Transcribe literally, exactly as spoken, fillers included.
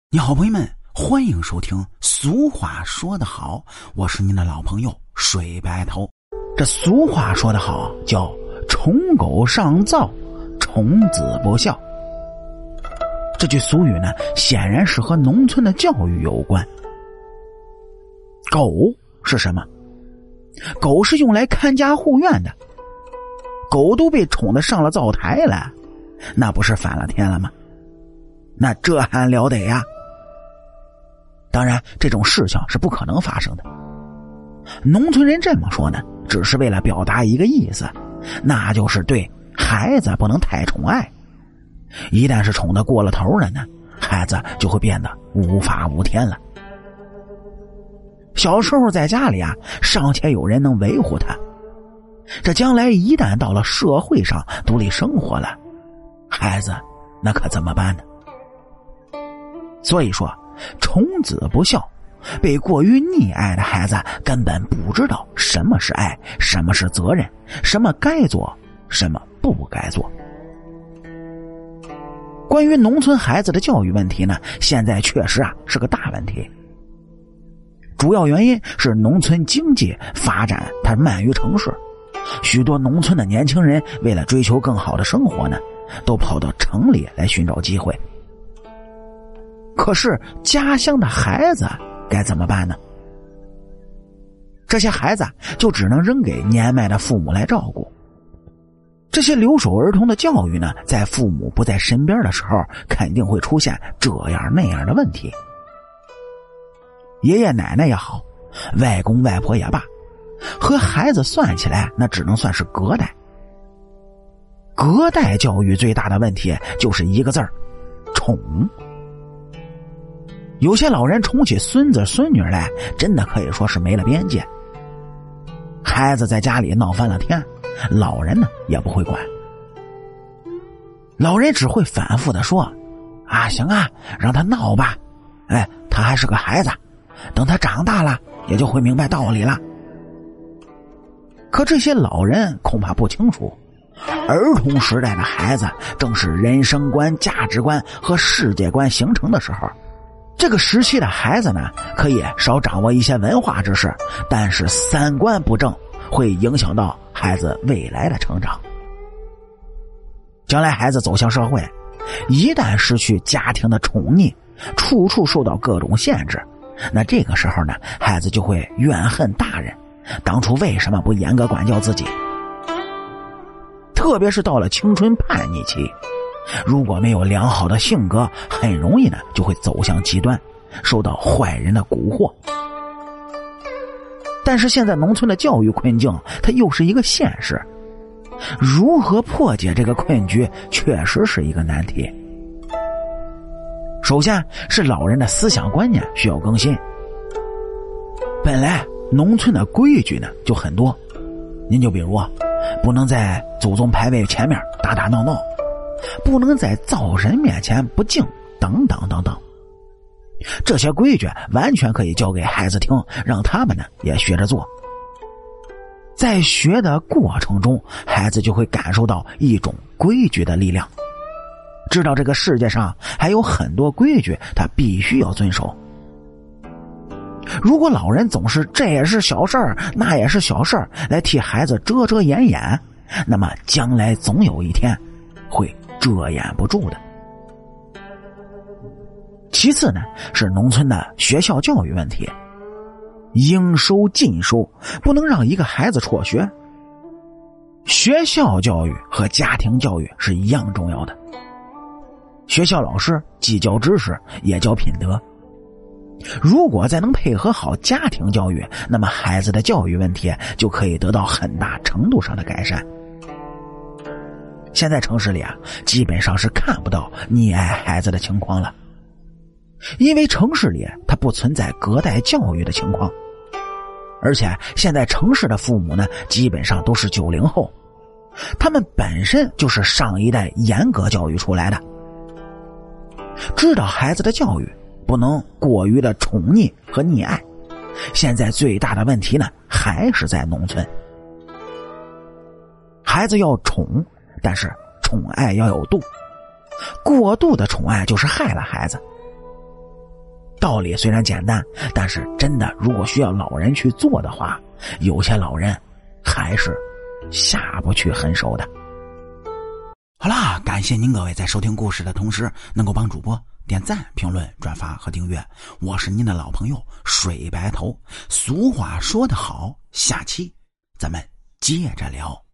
你好朋友们，欢迎收听俗话说得好，我是您的老朋友水白头。这俗话说得好，叫宠狗上灶，宠子不孝。这句俗语呢，显然是和农村的教育有关。狗是什么？狗是用来看家护院的，狗都被宠得上了灶台了，那不是反了天了吗？那这还了得呀！当然这种事情是不可能发生的，农村人这么说呢，只是为了表达一个意思，那就是对孩子不能太宠爱，一旦是宠得过了头了呢，孩子就会变得无法无天了。小时候在家里啊，尚且有人能维护他，这将来一旦到了社会上独立生活了，孩子那可怎么办呢？所以说宠子不孝，被过于溺爱的孩子根本不知道什么是爱，什么是责任，什么该做，什么不该做。关于农村孩子的教育问题呢，现在确实啊是个大问题。主要原因是农村经济发展它慢于城市，许多农村的年轻人为了追求更好的生活呢，都跑到城里来寻找机会。可是家乡的孩子该怎么办呢？这些孩子就只能扔给年迈的父母来照顾。这些留守儿童的教育呢，在父母不在身边的时候，肯定会出现这样那样的问题。爷爷奶奶也好，外公外婆也罢，和孩子算起来那只能算是隔代。隔代教育最大的问题就是一个字儿，宠。有些老人宠起孙子孙女来，真的可以说是没了边界。孩子在家里闹翻了天，老人呢也不会管，老人只会反复的说啊，行啊，让他闹吧，哎，他还是个孩子，等他长大了也就会明白道理了。可这些老人恐怕不清楚，儿童时代的孩子正是人生观、价值观和世界观形成的时候。这个时期的孩子呢，可以少掌握一些文化知识，但是三观不正，会影响到孩子未来的成长。将来孩子走向社会，一旦失去家庭的宠溺，处处受到各种限制，那这个时候呢，孩子就会怨恨大人当初为什么不严格管教自己。特别是到了青春叛逆期，如果没有良好的性格，很容易呢就会走向极端，受到坏人的蛊惑。但是现在农村的教育困境它又是一个现实，如何破解这个困局确实是一个难题。首先是老人的思想观念需要更新。本来农村的规矩呢就很多，您就比如啊，不能在祖宗牌位前面打打闹闹，不能在灶神面前不敬，等等等等。这些规矩完全可以教给孩子听，让他们呢也学着做。在学的过程中，孩子就会感受到一种规矩的力量，知道这个世界上还有很多规矩他必须要遵守。如果老人总是这也是小事儿，那也是小事儿来替孩子遮遮掩掩，那么将来总有一天会遮掩不住的。其次呢，是农村的学校教育问题，应收尽收，不能让一个孩子辍学。学校教育和家庭教育是一样重要的，学校老师既教知识也教品德，如果再能配合好家庭教育，那么孩子的教育问题就可以得到很大程度上的改善。现在城市里啊，基本上是看不到溺爱孩子的情况了，因为城市里它不存在隔代教育的情况，而且现在城市的父母呢，基本上都是九零后，他们本身就是上一代严格教育出来的，知道孩子的教育不能过于的宠溺和溺爱。现在最大的问题呢，还是在农村，孩子要宠，但是宠爱要有度，过度的宠爱就是害了孩子。 道理虽然简单，但是真的如果需要老人去做的话，有些老人还是下不去狠手的。好啦，感谢您各位在收听故事的同时能够帮主播点赞、评论、转发和订阅。我是您的老朋友水白头。俗话说得好，下期咱们接着聊。